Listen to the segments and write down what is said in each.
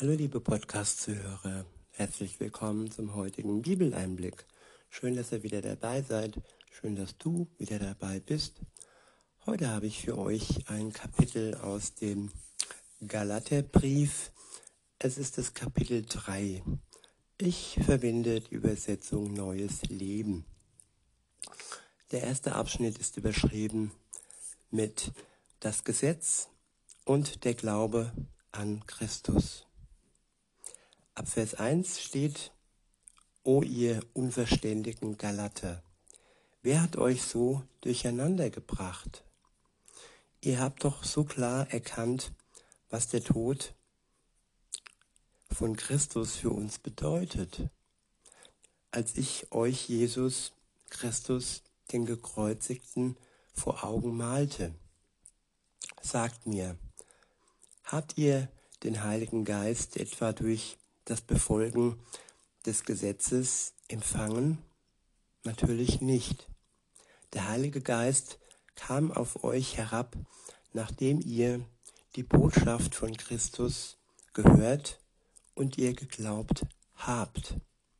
Hallo liebe Podcast-Zuhörer, herzlich willkommen zum heutigen Bibeleinblick. Schön, dass ihr wieder dabei seid, schön, dass du wieder dabei bist. Heute habe ich für euch ein Kapitel aus dem Galaterbrief. Es ist das Kapitel 3. Ich verwende die Übersetzung Neues Leben. Der erste Abschnitt ist überschrieben mit das Gesetz und der Glaube an Christus. Ab Vers 1 steht: O ihr unverständigen Galater, wer hat euch so durcheinander gebracht? Ihr habt doch so klar erkannt, was der Tod von Christus für uns bedeutet, als ich euch Jesus Christus, den Gekreuzigten, vor Augen malte. Sagt mir, habt ihr den Heiligen Geist etwa durch das Befolgen des Gesetzes empfangen? Natürlich nicht. Der Heilige Geist kam auf euch herab, nachdem ihr die Botschaft von Christus gehört und ihr geglaubt habt.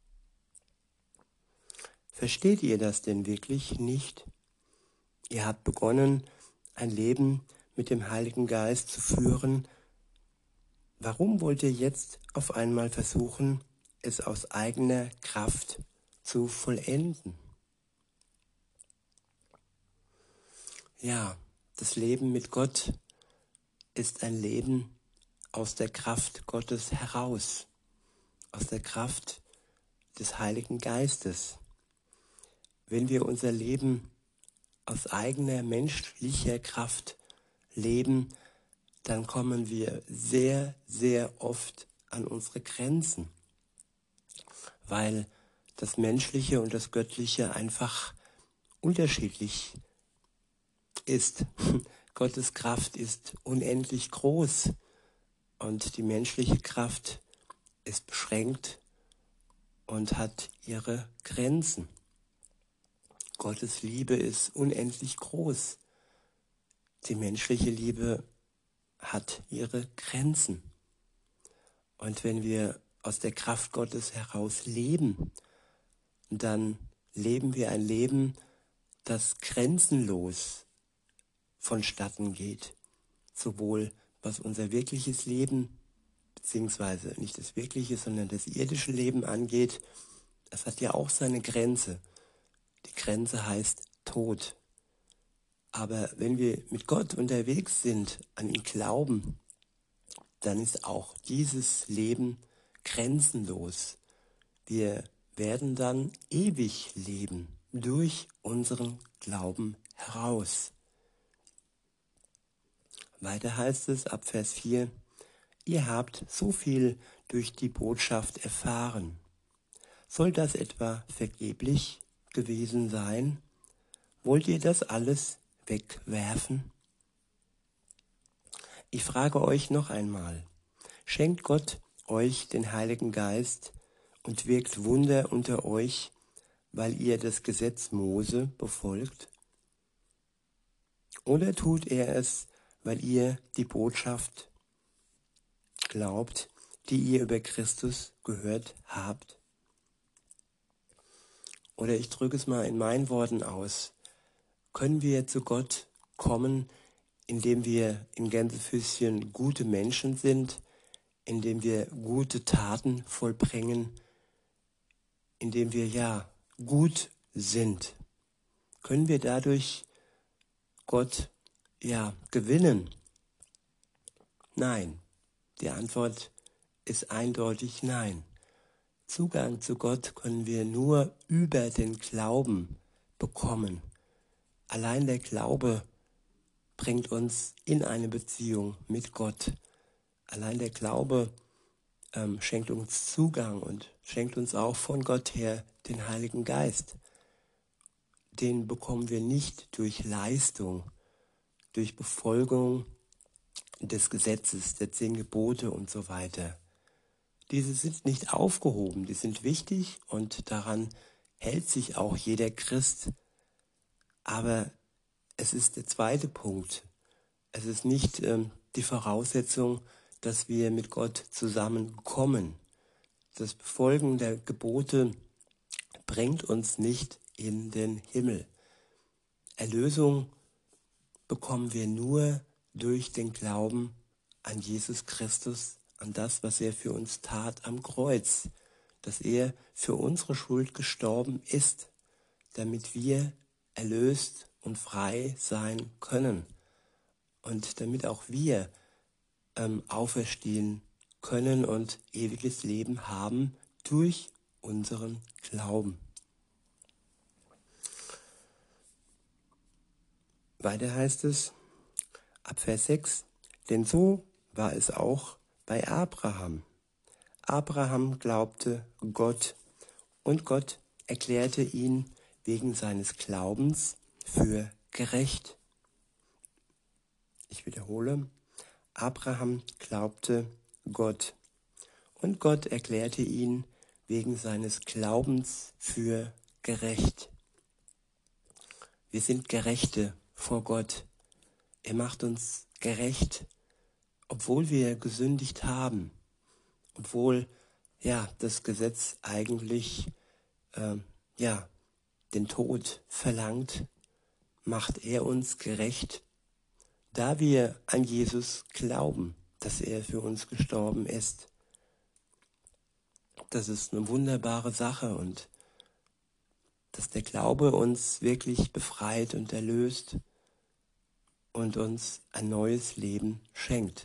Versteht ihr das denn wirklich nicht? Ihr habt begonnen, ein Leben mit dem Heiligen Geist zu führen. Warum wollt ihr jetzt auf einmal versuchen, es aus eigener Kraft zu vollenden? Ja, das Leben mit Gott ist ein Leben aus der Kraft Gottes heraus, aus der Kraft des Heiligen Geistes. Wenn wir unser Leben aus eigener menschlicher Kraft leben, dann kommen wir sehr, sehr oft an unsere Grenzen, weil das Menschliche und das Göttliche einfach unterschiedlich ist. Gottes Kraft ist unendlich groß und die menschliche Kraft ist beschränkt und hat ihre Grenzen. Gottes Liebe ist unendlich groß. Die menschliche Liebe hat ihre Grenzen. Und wenn wir aus der Kraft Gottes heraus leben, dann leben wir ein Leben, das grenzenlos vonstatten geht. Sowohl was unser wirkliches Leben, beziehungsweise nicht das wirkliche, sondern das irdische Leben angeht. Das hat ja auch seine Grenze. Die Grenze heißt Tod. Aber wenn wir mit Gott unterwegs sind, an ihn glauben, dann ist auch dieses Leben grenzenlos. Wir werden dann ewig leben, durch unseren Glauben heraus. Weiter heißt es ab Vers 4, ihr habt so viel durch die Botschaft erfahren. Soll das etwa vergeblich gewesen sein? Wollt ihr das alles wegwerfen? Ich frage euch noch einmal, schenkt Gott euch den Heiligen Geist und wirkt Wunder unter euch, weil ihr das Gesetz Mose befolgt? Oder tut er es, weil ihr die Botschaft glaubt, die ihr über Christus gehört habt? Oder ich drücke es mal in meinen Worten aus. Können wir zu Gott kommen, indem wir in Gänsefüßchen gute Menschen sind, indem wir gute Taten vollbringen, indem wir ja gut sind? Können wir dadurch Gott gewinnen? Nein. Die Antwort ist eindeutig nein. Zugang zu Gott können wir nur über den Glauben bekommen. Allein der Glaube bringt uns in eine Beziehung mit Gott. Allein der Glaube schenkt uns Zugang und schenkt uns auch von Gott her den Heiligen Geist. Den bekommen wir nicht durch Leistung, durch Befolgung des Gesetzes, der 10 Gebote und so weiter. Diese sind nicht aufgehoben, die sind wichtig und daran hält sich auch jeder Christ. Aber es ist der zweite Punkt. Es ist nicht die Voraussetzung, dass wir mit Gott zusammenkommen. Das Befolgen der Gebote bringt uns nicht in den Himmel. Erlösung bekommen wir nur durch den Glauben an Jesus Christus, an das, was er für uns tat am Kreuz, dass er für unsere Schuld gestorben ist, damit wir erlöst und frei sein können und damit auch wir auferstehen können und ewiges Leben haben durch unseren Glauben. Weiter heißt es, ab Vers 6, denn so war es auch bei Abraham. Abraham glaubte Gott und Gott erklärte ihn wegen seines Glaubens für gerecht. Ich wiederhole, Abraham glaubte Gott und Gott erklärte ihn wegen seines Glaubens für gerecht. Wir sind Gerechte vor Gott. Er macht uns gerecht, obwohl wir gesündigt haben, obwohl das Gesetz eigentlich den Tod verlangt, macht er uns gerecht, da wir an Jesus glauben, dass er für uns gestorben ist. Das ist eine wunderbare Sache und dass der Glaube uns wirklich befreit und erlöst und uns ein neues Leben schenkt.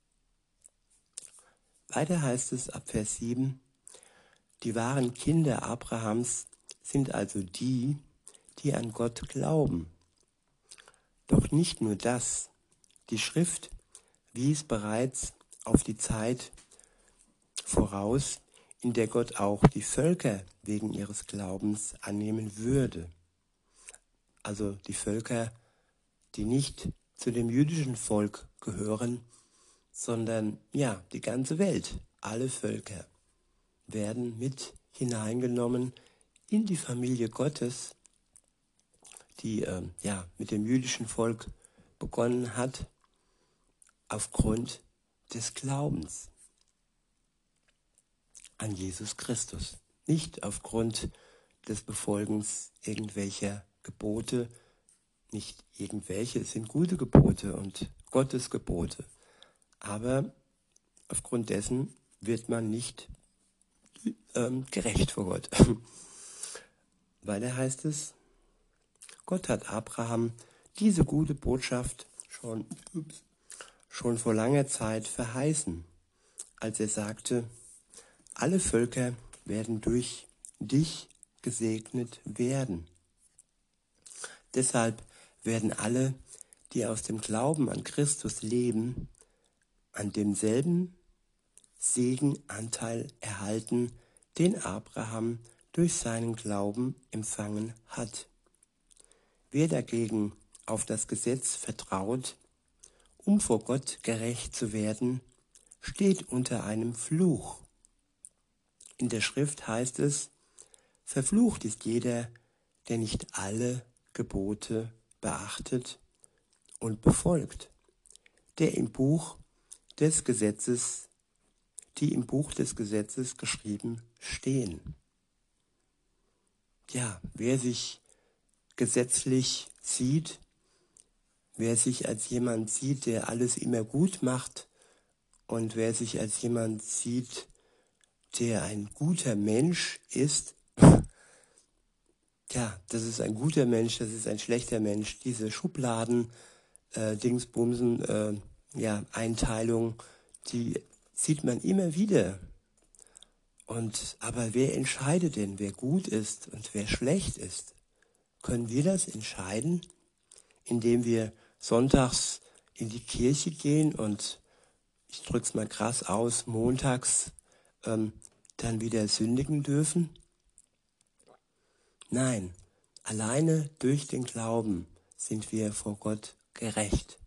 Weiter heißt es ab Vers 7, die wahren Kinder Abrahams sind also die, die an Gott glauben. Doch nicht nur das, die Schrift wies bereits auf die Zeit voraus, in der Gott auch die Völker wegen ihres Glaubens annehmen würde. Also die Völker, die nicht zu dem jüdischen Volk gehören, sondern die ganze Welt, alle Völker werden mit hineingenommen in die Familie Gottes, die mit dem jüdischen Volk begonnen hat, aufgrund des Glaubens an Jesus Christus. Nicht aufgrund des Befolgens irgendwelcher Gebote, nicht irgendwelche, es sind gute Gebote und Gottes Gebote. Aber aufgrund dessen wird man nicht gerecht vor Gott. Weiter heißt es, Gott hat Abraham diese gute Botschaft schon vor langer Zeit verheißen, als er sagte, alle Völker werden durch dich gesegnet werden. Deshalb werden alle, die aus dem Glauben an Christus leben, an demselben Segenanteil erhalten, den Abraham durch seinen Glauben empfangen hat. Wer dagegen auf das Gesetz vertraut, um vor Gott gerecht zu werden, steht unter einem Fluch. In der Schrift heißt es, verflucht ist jeder, der nicht alle Gebote beachtet und befolgt, die im Buch des Gesetzes geschrieben stehen. Ja, wer sich gesetzlich sieht, wer sich als jemand sieht, der alles immer gut macht und wer sich als jemand sieht, der ein guter Mensch ist, das ist ein guter Mensch, das ist ein schlechter Mensch. Diese Schubladen, Dingsbumsen, Einteilung, die sieht man immer wieder. Aber wer entscheidet denn, wer gut ist und wer schlecht ist? Können wir das entscheiden, indem wir sonntags in die Kirche gehen und, ich drück's mal krass aus, montags dann wieder sündigen dürfen? Nein, alleine durch den Glauben sind wir vor Gott gerecht.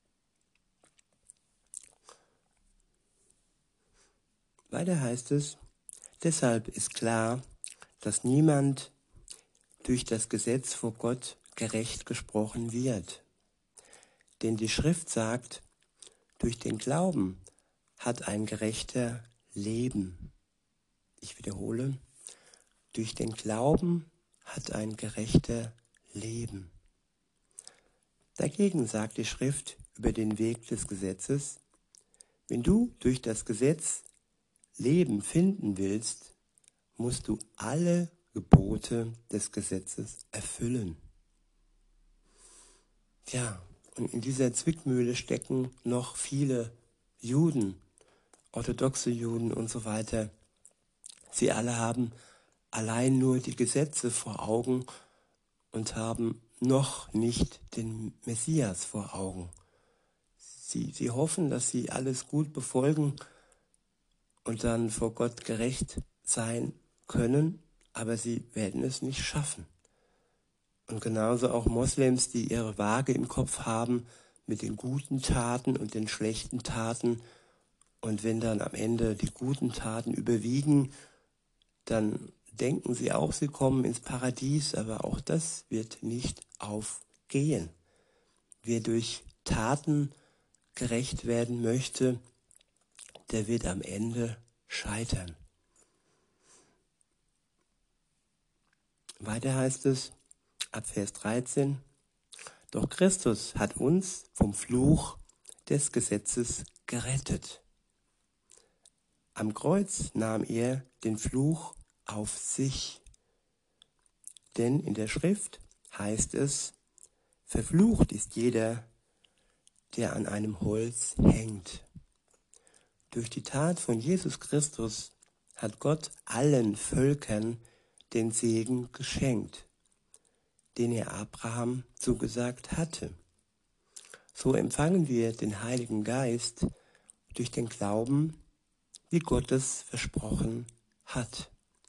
Weiter heißt es, deshalb ist klar, dass niemand durch das Gesetz vor Gott gerecht gesprochen wird. Denn die Schrift sagt, durch den Glauben hat ein Gerechter Leben. Ich wiederhole, durch den Glauben hat ein Gerechter Leben. Dagegen sagt die Schrift über den Weg des Gesetzes: Wenn du durch das Gesetz Leben finden willst, musst du alle Gebote des Gesetzes erfüllen. Ja, und in dieser Zwickmühle stecken noch viele Juden, orthodoxe Juden und so weiter. Sie alle haben allein nur die Gesetze vor Augen und haben noch nicht den Messias vor Augen. Sie hoffen, dass sie alles gut befolgen und dann vor Gott gerecht sein können, aber sie werden es nicht schaffen. Und genauso auch Moslems, die ihre Waage im Kopf haben mit den guten Taten und den schlechten Taten. Und wenn dann am Ende die guten Taten überwiegen, dann denken sie auch, sie kommen ins Paradies, aber auch das wird nicht aufgehen. Wer durch Taten gerecht werden möchte, der wird am Ende scheitern. Weiter heißt es, ab Vers 13, doch Christus hat uns vom Fluch des Gesetzes gerettet. Am Kreuz nahm er den Fluch auf sich. Denn in der Schrift heißt es, verflucht ist jeder, der an einem Holz hängt. Durch die Tat von Jesus Christus hat Gott allen Völkern den Segen geschenkt, den er Abraham zugesagt hatte. So empfangen wir den Heiligen Geist durch den Glauben, wie Gott es versprochen hat.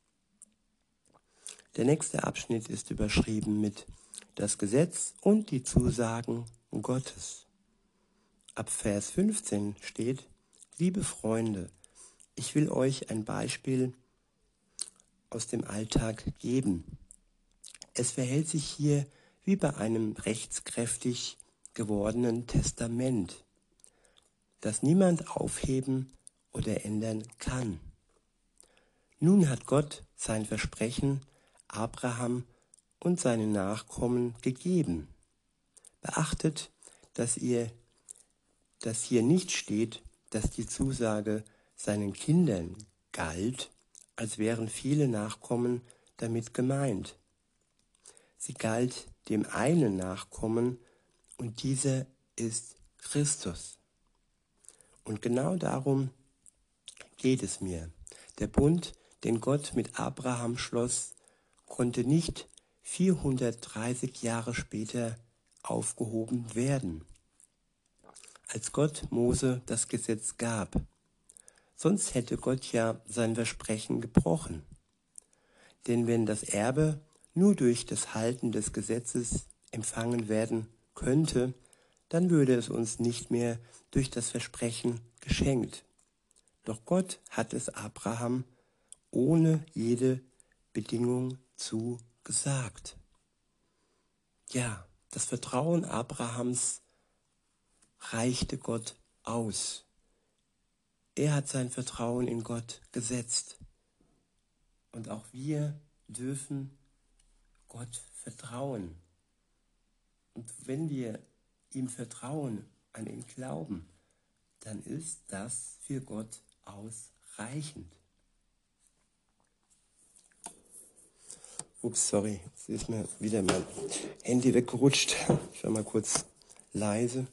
Der nächste Abschnitt ist überschrieben mit das Gesetz und die Zusagen Gottes. Ab Vers 15 steht, liebe Freunde, ich will euch ein Beispiel aus dem Alltag geben. Es verhält sich hier wie bei einem rechtskräftig gewordenen Testament, das niemand aufheben oder ändern kann. Nun hat Gott sein Versprechen Abraham und seinen Nachkommen gegeben. Beachtet, dass hier nicht steht, dass die Zusage seinen Kindern galt, als wären viele Nachkommen damit gemeint. Sie galt dem einen Nachkommen und dieser ist Christus. Und genau darum geht es mir. Der Bund, den Gott mit Abraham schloss, konnte nicht 430 Jahre später aufgehoben werden, als Gott Mose das Gesetz gab. Sonst hätte Gott ja sein Versprechen gebrochen. Denn wenn das Erbe nur durch das Halten des Gesetzes empfangen werden könnte, dann würde es uns nicht mehr durch das Versprechen geschenkt. Doch Gott hat es Abraham ohne jede Bedingung zugesagt. Ja, das Vertrauen Abrahams reichte Gott aus. Er hat sein Vertrauen in Gott gesetzt. Und auch wir dürfen Gott vertrauen. Und wenn wir ihm vertrauen, an ihn glauben, dann ist das für Gott ausreichend. Ups, sorry, jetzt ist mir wieder mein Handy weggerutscht. Ich war mal kurz leise.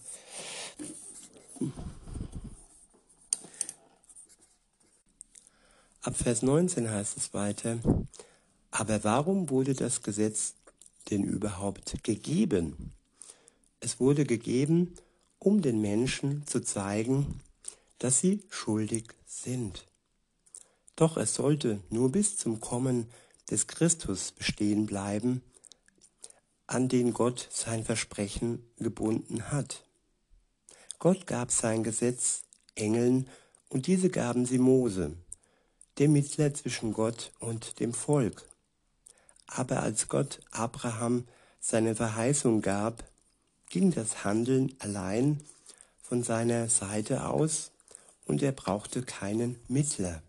Ab Vers 19 heißt es weiter, aber warum wurde das Gesetz denn überhaupt gegeben? Es wurde gegeben, um den Menschen zu zeigen, dass sie schuldig sind. Doch es sollte nur bis zum Kommen des Christus bestehen bleiben, an den Gott sein Versprechen gebunden hat. Gott gab sein Gesetz Engeln und diese gaben sie Mose, dem Mittler zwischen Gott und dem Volk. Aber als Gott Abraham seine Verheißung gab, ging das Handeln allein von seiner Seite aus und er brauchte keinen Mittler.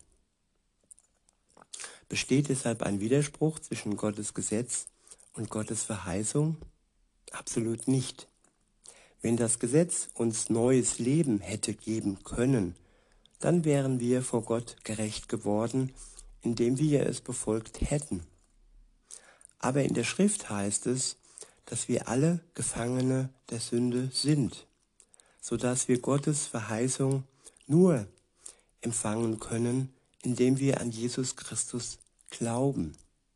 Besteht deshalb ein Widerspruch zwischen Gottes Gesetz und Gottes Verheißung? Absolut nicht. Wenn das Gesetz uns neues Leben hätte geben können, dann wären wir vor Gott gerecht geworden, indem wir es befolgt hätten. Aber in der Schrift heißt es, dass wir alle Gefangene der Sünde sind, sodass wir Gottes Verheißung nur empfangen können, indem wir an Jesus Christus glauben.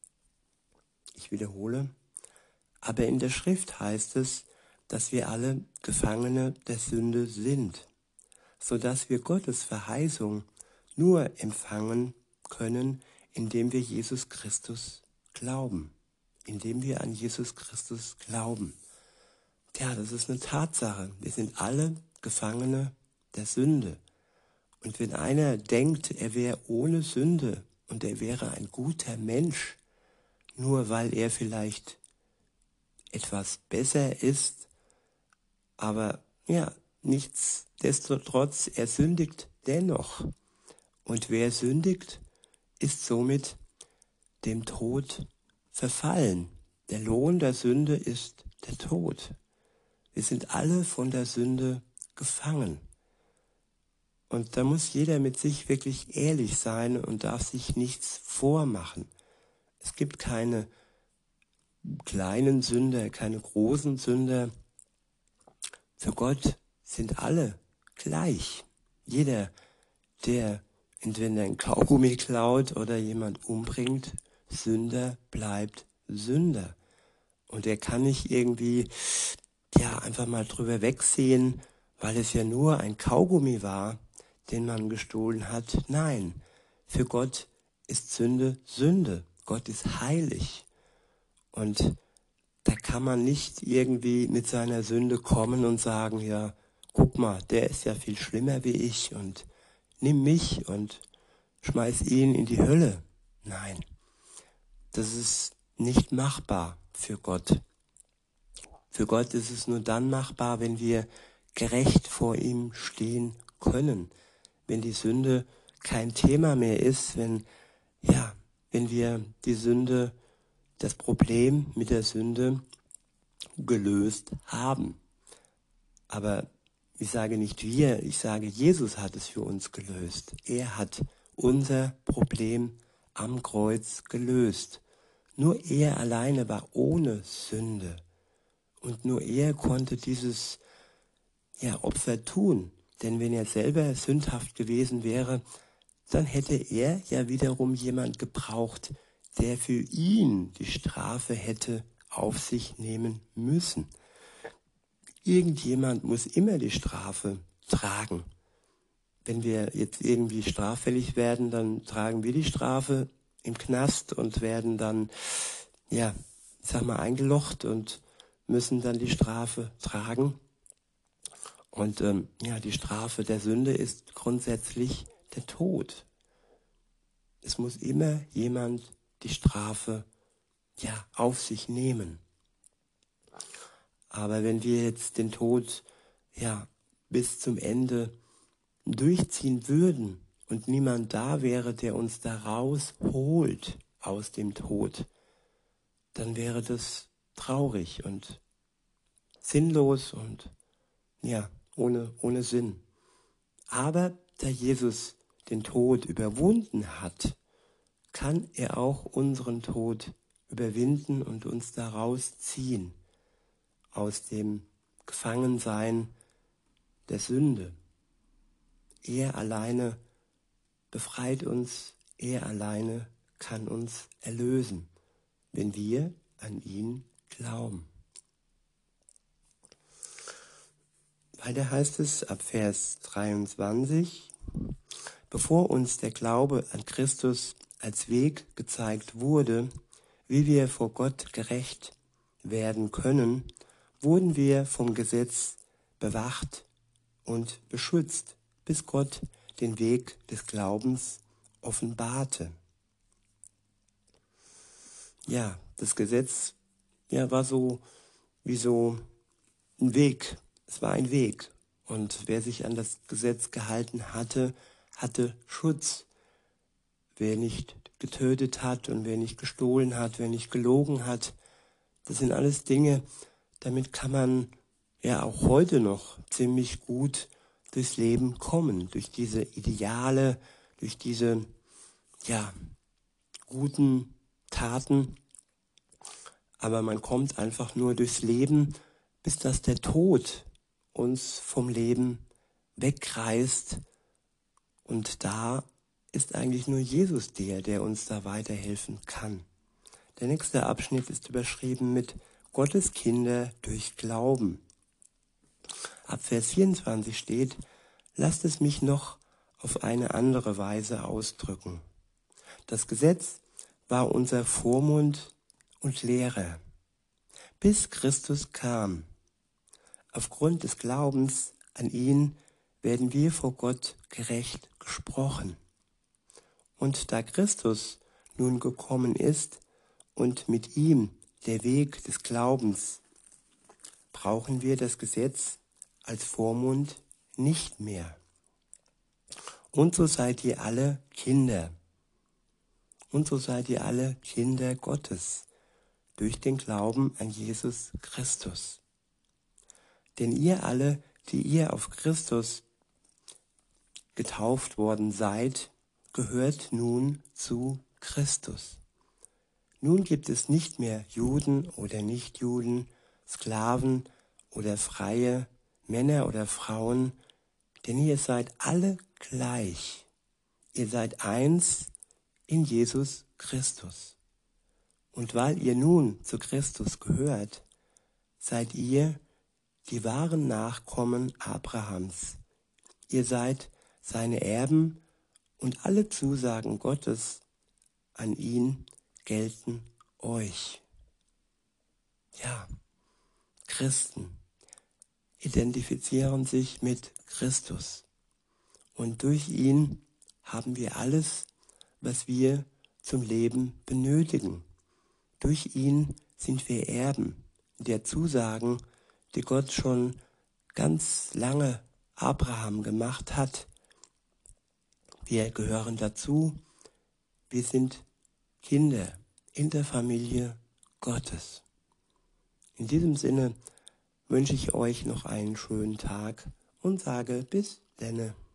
Ich wiederhole, aber in der Schrift heißt es, dass wir alle Gefangene der Sünde sind, sodass wir Gottes Verheißung nur empfangen können, indem wir Jesus Christus glauben, indem wir an Jesus Christus glauben. Tja, das ist eine Tatsache. Wir sind alle Gefangene der Sünde. Und wenn einer denkt, er wäre ohne Sünde und er wäre ein guter Mensch, nur weil er vielleicht etwas besser ist, aber ja, nichtsdestotrotz, er sündigt dennoch. Und wer sündigt, ist somit dem Tod verfallen. Der Lohn der Sünde ist der Tod. Wir sind alle von der Sünde gefangen. Und da muss jeder mit sich wirklich ehrlich sein und darf sich nichts vormachen. Es gibt keine kleinen Sünder, keine großen Sünder. Für Gott sind alle gleich. Jeder, der entweder ein Kaugummi klaut oder jemand umbringt, Sünder bleibt Sünder. Und er kann nicht irgendwie einfach mal drüber wegsehen, weil es ja nur ein Kaugummi war, den man gestohlen hat. Nein, für Gott ist Sünde Sünde. Gott ist heilig. Und da kann man nicht irgendwie mit seiner Sünde kommen und sagen, ja, guck mal, der ist ja viel schlimmer wie ich und nimm mich und schmeiß ihn in die Hölle. Nein, das ist nicht machbar für Gott. Für Gott ist es nur dann machbar, wenn wir gerecht vor ihm stehen können. Wenn die Sünde kein Thema mehr ist, wenn wir die Sünde, das Problem mit der Sünde gelöst haben. Aber ich sage nicht wir, ich sage, Jesus hat es für uns gelöst. Er hat unser Problem am Kreuz gelöst. Nur er alleine war ohne Sünde. Und nur er konnte dieses Opfer tun. Denn wenn er selber sündhaft gewesen wäre, dann hätte er ja wiederum jemand gebraucht, der für ihn die Strafe hätte auf sich nehmen müssen. Irgendjemand muss immer die Strafe tragen. Wenn wir jetzt irgendwie straffällig werden, dann tragen wir die Strafe im Knast und werden dann, eingelocht und müssen dann die Strafe tragen. Und die Strafe der Sünde ist grundsätzlich der Tod. Es muss immer jemand die Strafe auf sich nehmen. Aber wenn wir jetzt den Tod bis zum Ende durchziehen würden und niemand da wäre, der uns da rausholt aus dem Tod, dann wäre das traurig und sinnlos und ohne Sinn. Aber da Jesus den Tod überwunden hat, kann er auch unseren Tod überwinden und uns da rausziehen aus dem Gefangensein der Sünde. Er alleine befreit uns, er alleine kann uns erlösen, wenn wir an ihn glauben. Weiter heißt es ab Vers 23, bevor uns der Glaube an Christus als Weg gezeigt wurde, wie wir vor Gott gerecht werden können, wurden wir vom Gesetz bewacht und beschützt, bis Gott den Weg des Glaubens offenbarte. Ja, das Gesetz war so wie so ein Weg. Es war ein Weg. Und wer sich an das Gesetz gehalten hatte, hatte Schutz. Wer nicht getötet hat und wer nicht gestohlen hat, wer nicht gelogen hat, das sind alles Dinge, damit kann man ja auch heute noch ziemlich gut durchs Leben kommen, durch diese Ideale, durch diese guten Taten. Aber man kommt einfach nur durchs Leben, bis dass der Tod uns vom Leben wegreißt. Und da ist eigentlich nur Jesus der uns da weiterhelfen kann. Der nächste Abschnitt ist überschrieben mit Gottes Kinder durch Glauben. Ab Vers 24 steht: Lasst es mich noch auf eine andere Weise ausdrücken. Das Gesetz war unser Vormund und Lehrer, bis Christus kam. Aufgrund des Glaubens an ihn werden wir vor Gott gerecht gesprochen. Und da Christus nun gekommen ist und mit ihm der Weg des Glaubens, brauchen wir das Gesetz als Vormund nicht mehr. Und so seid ihr alle Kinder. Und so seid ihr alle Kinder Gottes durch den Glauben an Jesus Christus. Denn ihr alle, die ihr auf Christus getauft worden seid, gehört nun zu Christus. Nun gibt es nicht mehr Juden oder Nichtjuden, Sklaven oder Freie, Männer oder Frauen, denn ihr seid alle gleich. Ihr seid eins in Jesus Christus. Und weil ihr nun zu Christus gehört, seid ihr die wahren Nachkommen Abrahams. Ihr seid seine Erben und alle Zusagen Gottes an ihn gelten euch. Ja, Christen identifizieren sich mit Christus. Und durch ihn haben wir alles, was wir zum Leben benötigen. Durch ihn sind wir Erben der Zusagen, die Gott schon ganz lange Abraham gemacht hat. Wir gehören dazu. Wir sind Kinder in der Familie Gottes. In diesem Sinne wünsche ich euch noch einen schönen Tag und sage bis denne.